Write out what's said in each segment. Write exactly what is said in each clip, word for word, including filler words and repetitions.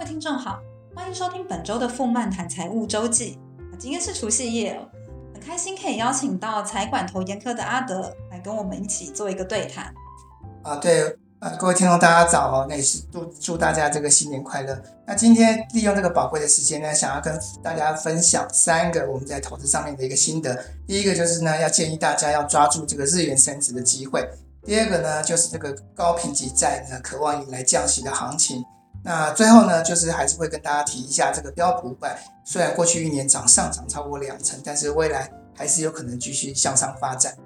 位听众好，欢迎收听本周的富漫谈财务周记。今天是除夕夜哦，很开心可以邀请到财管投研科的阿德来跟我们一起做一个对谈。 啊，对，呃，各位听众大家早哦，那也是祝祝大家这个新年快乐。那今天利用这个宝贵的时间呢，想要跟大家分享三个我们在投资上面的一个心得。第一个就是呢，要建议大家要抓住这个日元升值的机会。第二个呢，就是这个高评级债呢，渴望迎来降息的行情。那最后呢，就是还是会跟大家提一下这个标普五百，虽然过去一年涨上涨超过两成，但是未来还是有可能继续向上发展。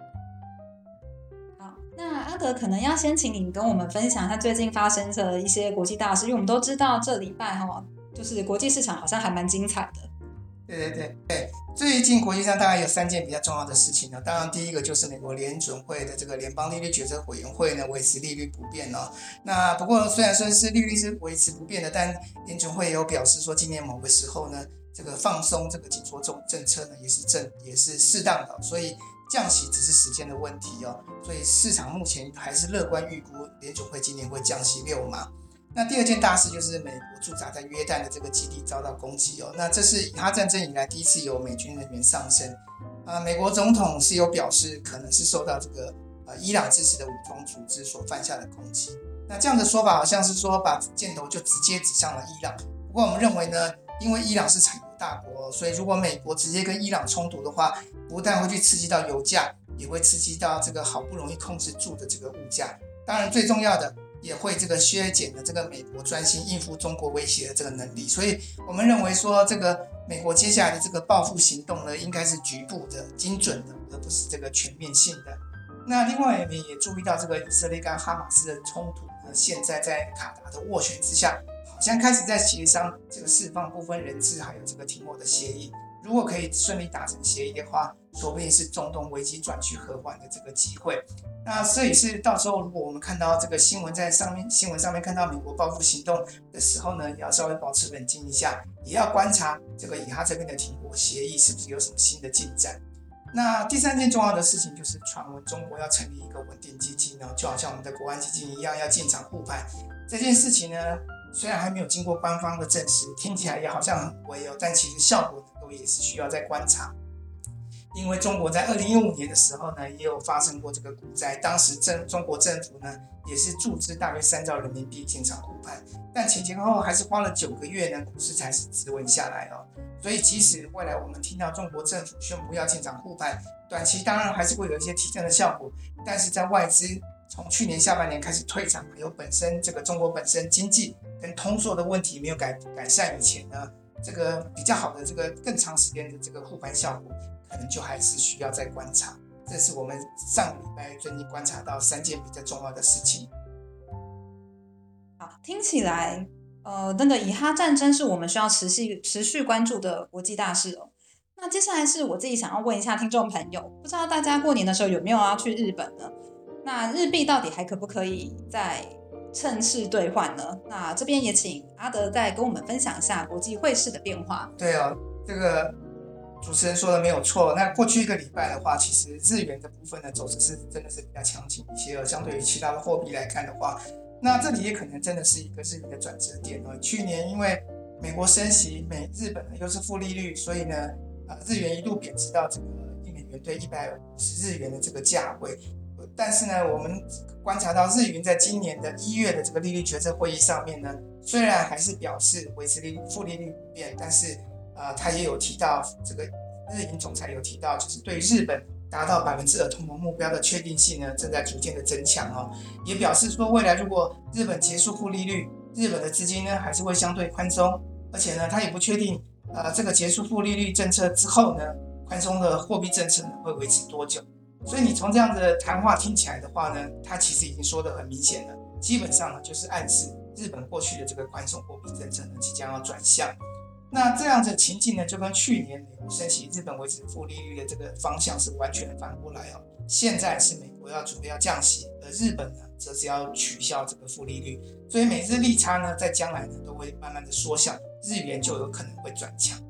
好，那阿德可能要先请你跟我们分享一下最近发生的一些国际大事，因为我们都知道这礼拜哈，就是国际市场好像还蛮精彩的。 对对对对，最近国际上大概有三件比较重要的事情呢。当然，第一个就是美国联准会的这个联邦利率决策委员会呢维持利率不变哦。那不过虽然说是利率是维持不变的，但联准会也有表示说，今年某个时候呢，这个放松这个紧缩政政策呢也是正也是适当的，所以降息只是时间的问题哦。所以市场目前还是乐观预估联准会今年会降息六码。那第二件大事就是美国驻扎在约旦的这个基地遭到攻击哦，那这是以哈战争以来第一次有美军人员上升。啊，美国总统是有表示可能是受到这个呃伊朗支持的武装组织所犯下的攻击。那这样的说法好像是说把箭头就直接指向了伊朗。不过我们认为呢，因为伊朗是产油大国，所以如果美国直接跟伊朗冲突的话，不但会去刺激到油价，也会刺激到这个好不容易控制住的这个物价。当然最重要的，也会这个削减了这个美国专心应付中国威胁的这个能力，所以我们认为说这个美国接下来的这个报复行动呢，应该是局部的、精准的，而不是这个全面性的。那另外我们也注意到这个以色列跟哈马斯的冲突呢，现在在卡达的斡旋之下，好像开始在协商这个释放部分人质，还有这个停火的协议。如果可以顺利达成协议的话，说不定是中东危机转趋和缓的这个机会。那所以是到时候如果我们看到这个新闻在上面新闻上面看到美国报复行动的时候呢，也要稍微保持冷静一下，也要观察这个以哈这边的停火协议是不是有什么新的进展。那第三件重要的事情就是传闻中国要成立一个稳定基金呢，就好像我们的国安基金一样，要进场护盘。这件事情呢，虽然还没有经过官方的证实，听起来也好像很微哦，但其实效果都也是需要再观察。因为中国在二零一五年的时候呢，也有发生过这个股灾，当时政中国政府呢也是注资大约三兆人民币进场护盘，但前前后后还是花了九个月呢，股市才是止稳下来哦。所以即使未来我们听到中国政府宣布要进场护盘，短期当然还是会有一些提振的效果，但是在外资从去年下半年开始退场，还有本身这个中国本身经济跟通缩的问题没有 改, 改善以前呢，这个比较好的这个更长时间的这个护盘效果，可能就还是需要再观察。这是我们上个礼拜最近观察到三件比较重要的事情。 好，听起来，呃，那个以哈战争是我们需要持续持续关注的国际大事哦。那接下来是我自己想要问一下听众朋友，不知道大家过年的时候有没有要去日本呢？那日币到底还可不可以再趁势兑换呢？那这边也请阿德再跟我们分享一下国际汇市的变化。 对哦，这个主持人说的没有错。那过去一个礼拜的话，其实日元的部分的走势是真的是比较强劲一些，相对于其他的货币来看的话，那这里也可能真的是一个日元的转折点哦。去年因为美国升息，美日本呢又是负利率，所以呢，呃，日元一度贬值到这个一美元兑一百五十日元的这个价位。但是呢，我们观察到日元在今年的一月的这个利率决策会议上面呢，虽然还是表示维持利率负利率不变，但是呃，他也有提到这个日银总裁有提到，就是对日本达到百分之二通膨目标的确定性呢，正在逐渐的增强哦。也表示说，未来如果日本结束负利率，日本的资金呢还是会相对宽松，而且呢，他也不确定呃这个结束负利率政策之后呢，宽松的货币政策呢会维持多久。所以你从这样的谈话听起来的话呢，他其实已经说得很明显了，基本上呢就是暗示日本过去的这个宽松货币政策呢即将要转向。那这样的情境呢，就跟去年美国升息，日本维持负利率的这个方向是完全的反过来哦。现在是美国要准备要降息，而日本呢则是要取消这个负利率，所以美日利差呢在将来呢都会慢慢的缩小，日元就有可能会转强。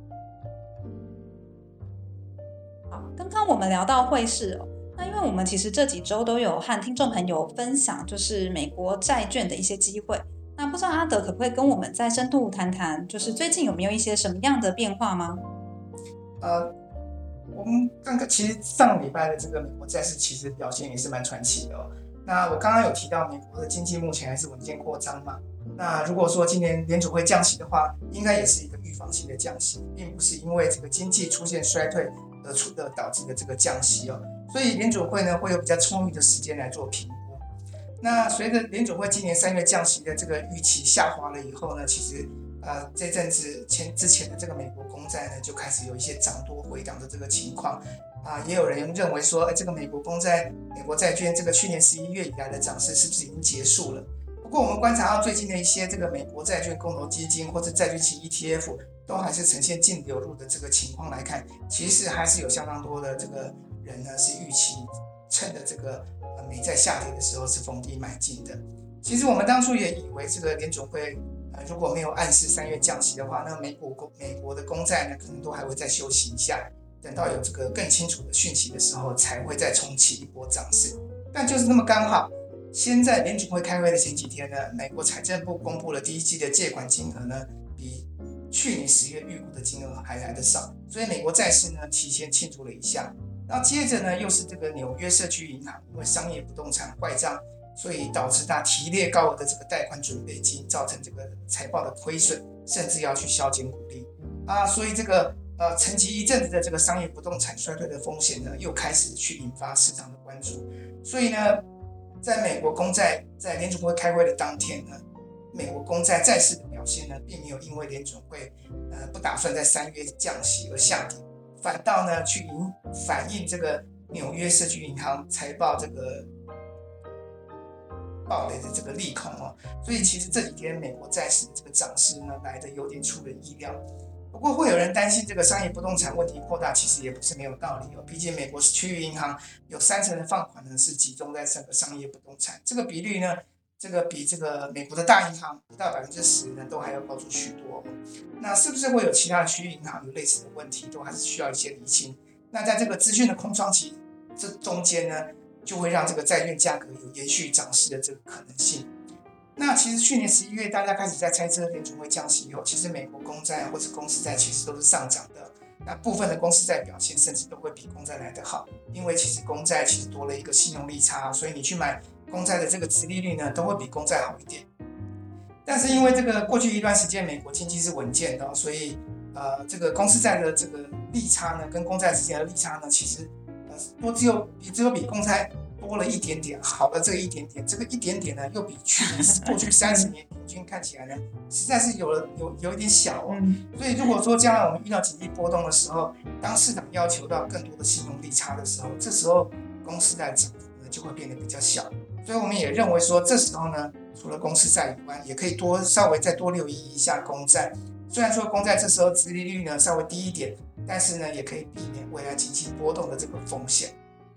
好，刚刚我们聊到汇市哦。那因为我们其实这几周都有和听众朋友分享，就是美国债券的一些机会。 那不知道阿德可不可以跟我们再深度谈谈，就是最近有没有一些什么样的变化吗？ 呃，我们刚刚其实上礼拜的这个美国债市其实表现也是蛮传奇的哦。那我刚刚有提到美国的经济目前还是稳健扩张嘛，那如果说今年联储会降息的话，应该也是一个预防性的降息，并不是因为这个经济出现衰退而出的导致的这个降息哦。所以联储会呢会有比较充裕的时间来做评估。那随着联储会今年三月降息的这个预期下滑了以后呢，其实呃这阵子前之前的这个美国公债呢就开始有一些涨多回档的这个情况啊，也有人认为说，哎，这个美国公债、美国债券这个去年十一月以来的涨势是不是已经结束了？不过我们观察到最近的一些这个美国债券共同基金或者债券型 E T F 都还是呈现净流入的这个情况来看，其实还是有相当多的这个人呢是预期趁着这个呃美债下跌的时候是逢低买进的。其实我们当初也以为这个联准会呃如果没有暗示三月降息的话，那美国美国的公债呢可能都还会再休息一下，等到有这个更清楚的讯息的时候才会再重启一波涨势。但就是那么刚好，先在联准会开会的前几天呢，美国财政部公布了第一季的借款金额呢比去年十月预估的金额还来得少，所以美国债市呢提前庆祝了一下。然后接着呢又是这个纽约社区银行因为商业不动产坏账，所以导致它提列高额的这个贷款准备金，造成这个财报的亏损，甚至要去削减股利啊，所以这个呃沉寂一阵子的这个商业不动产衰退的风险呢，又开始去引发市场的关注。所以呢，在美国公债在联准会开会的当天呢，美国公债债市的表现呢，并没有因为联准会呃不打算在三月降息而下跌，反倒呢去影反映这个纽约社区银行财报这个暴雷的这个利空哦。所以其实这几天美国债市的这个涨势呢，来的有点出人意料。不过会有人担心这个商业不动产问题扩大，其实也不是没有道理哦。毕竟美国区域银行有三成的放款呢是集中在整个商业不动产，这个比率呢，这个比这个美国的大银行不到百分之十呢都还要高出许多哦。那是不是会有其他的区域银行有类似的问题，都还是需要一些厘清。那在这个资讯的空窗期这中间呢，就会让这个债券价格有延续涨势的这个可能性。那其实去年十一月，大家开始在猜测联准会降息以后，其实美国公债或者公司债其实都是上涨的。那部分的公司债表现甚至都会比公债来得好，因为其实公债其实多了一个信用利差，所以你去买公债的这个殖利率呢，都会比公债好一点。但是因为这个过去一段时间美国经济是稳健的，所以呃这个公司债的这个利差呢，跟公债之间的利差呢，其实呃多只有比只有比公债多了一点点，好的这个一点点，这个一点点呢，又比去年过去三十年平均看起来呢，实在是有了有有一点小哦。所以如果说将来我们遇到经济波动的时候，当市场要求到更多的信用利差的时候，这时候公司债涨幅呢就会变得比较小。所以我们也认为说，这时候呢，除了公司债以外，也可以多稍微再多留意一下公债。虽然说公债这时候殖利率呢稍微低一点，但是呢，也可以避免未来经济波动的这个风险。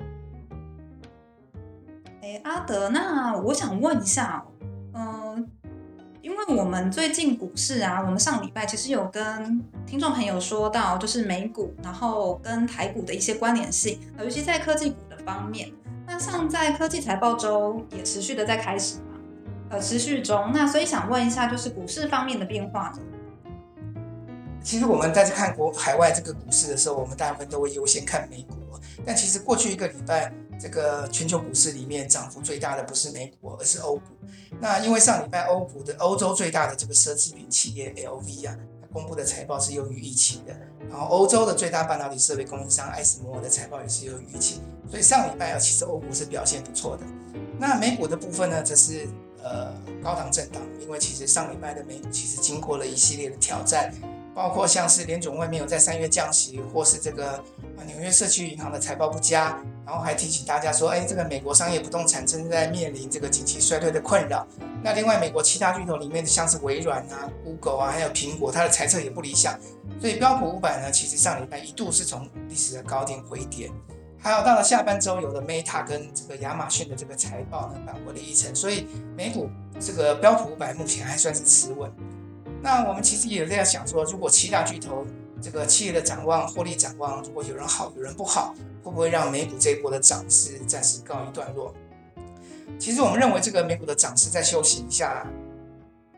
哎，阿德，那我想问一下，嗯、呃，因为我们最近股市啊，我们上礼拜其实有跟听众朋友说到，就是美股，然后跟台股的一些关联性，尤其在科技股的方面。那像在科技财报周也持续的在开始嘛，呃，持续中。那所以想问一下，就是股市方面的变化呢？ 其实我们在看国海外这个股市的时候，我们大部分都会优先看美股，但其实过去一个礼拜，这个全球股市里面涨幅最大的不是美股，而是欧股。那因为上礼拜欧股的欧洲最大的这个奢侈品企业 L V 啊，它公布的财报是优于预期的，然后欧洲的最大半导体设备供应商艾斯摩尔的财报也是优于预期，所以上礼拜啊，其实欧股是表现不错的。那美股的部分呢，则是呃高档震荡，因为其实上礼拜的美股其实经过了一系列的挑战。包括像是联准会没有在三月降息，或是这个纽约社区银行的财报不佳，然后还提醒大家说，哎，这个美国商业不动产正在面临这个景气衰退的困扰。那另外，美国其他巨头里面像是微软啊、Google 啊，还有苹果，它的财测也不理想。所以标普五百呢，其实上礼拜一度是从历史的高点回跌。还有到了下半周，有了 Meta 跟这个亚马逊的这个财报呢，扳回了一城。所以美股这个标普五百目前还算是持稳。那我们其实也有在想说，如果七大巨头这个企业的展望、获利展望，如果有人好有人不好，会不会让美股这一波的涨势暂时告一段落？其实我们认为这个美股的涨势再休息一下，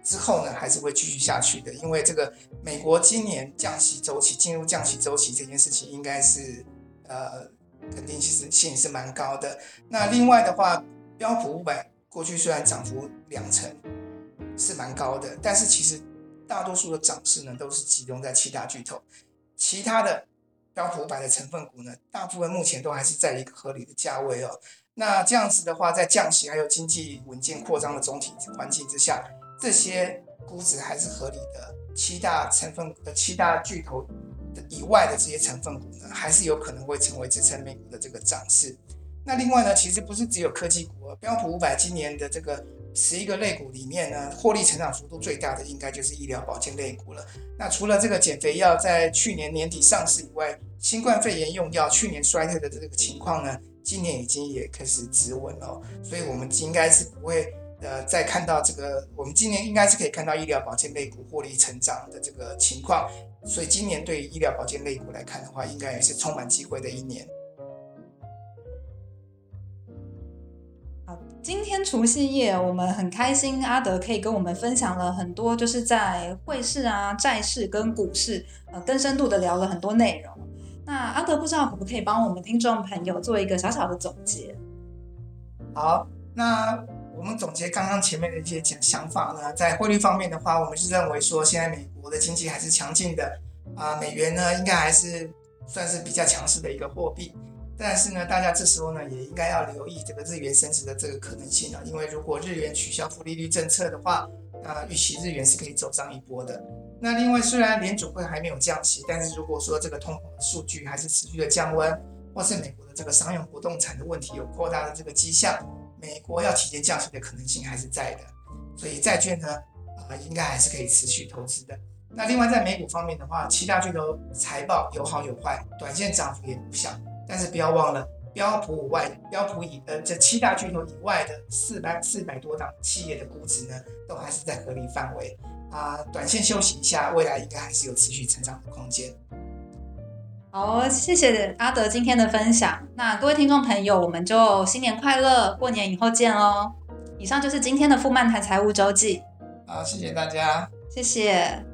之后呢，还是会继续下去的，因为这个美国今年降息周期进入降息周期这件事情，应该是呃肯定性性是蛮高的。那另外的话，标普五百过去虽然涨幅两成是蛮高的，但是其实大多数的涨势呢都是集中在七大巨头，其他的标普五百的成分股呢，大部分目前都还是在一个合理的价位哦。那这样子的话，在降息还有经济稳健扩张的总体环境之下，这些估值还是合理的。七大成分股的七大巨头以外的这些成分股呢，还是有可能会成为支撑美股的这个涨势。那另外呢，其实不是只有科技股，标普五百今年的这个十一个类股里面呢，获利成长幅度最大的应该就是医疗保健类股了。那除了这个减肥药在去年年底上市以外，新冠肺炎用药去年衰退的这个情况呢，今年已经也开始止稳了，所以我们应该是不会呃再看到这个，我们今年应该是可以看到医疗保健类股获利成长的这个情况，所以今年对于医疗保健类股来看的话，应该也是充满机会的一年。 好，今天除夕夜，我们很开心，阿德可以跟我们分享了很多，就是在汇市啊、债市跟股市，呃，更深度的聊了很多内容。那阿德不知道可不可以帮我们听众朋友做一个小小的总结？ 好，那我们总结刚刚前面的一些想法呢，在汇率方面的话，我们是认为说现在美国的经济还是强劲的啊、呃，美元呢应该还是算是比较强势的一个货币。但是呢，大家这时候呢也应该要留意这个日元升值的这个可能性啊，因为如果日元取消负利率政策的话，那预期日元是可以走上一波的。那另外，虽然联储会还没有降息，但是如果说这个通膨的数据还是持续的降温，或是美国的这个商用不动产的问题有扩大的这个迹象，美国要提前降息的可能性还是在的。所以债券呢，呃，应该还是可以持续投资的。那另外在美股方面的话，七大巨头财报有好有坏，短线涨幅也不小。但是不要忘了，标普以外、标普以呃这七大巨头以外的四百四百多档企业的估值呢，都还是在合理范围啊、呃。短线休息一下，未来应该还是有持续成长的空间。 好，谢谢阿德今天的分享。那各位听众朋友，我们就新年快乐，过年以后见哦。以上就是今天的富漫谈财务周记。 好，谢谢大家， 谢谢。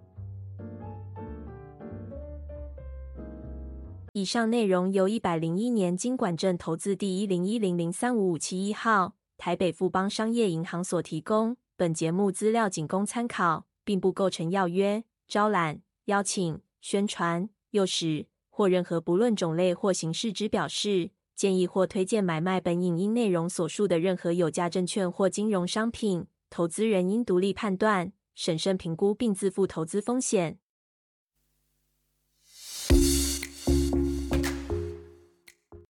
以上内容由一百零一年金管证投字第一零一零零三五五七一号台北富邦商业银行所提供。本节目资料仅供参考，并不构成要约、招揽、邀请、宣传、诱使或任何不论种类或形式之表示、建议或推荐买卖本影音内容所述的任何有价证券或金融商品。投资人应独立判断、审慎评估并自负投资风险。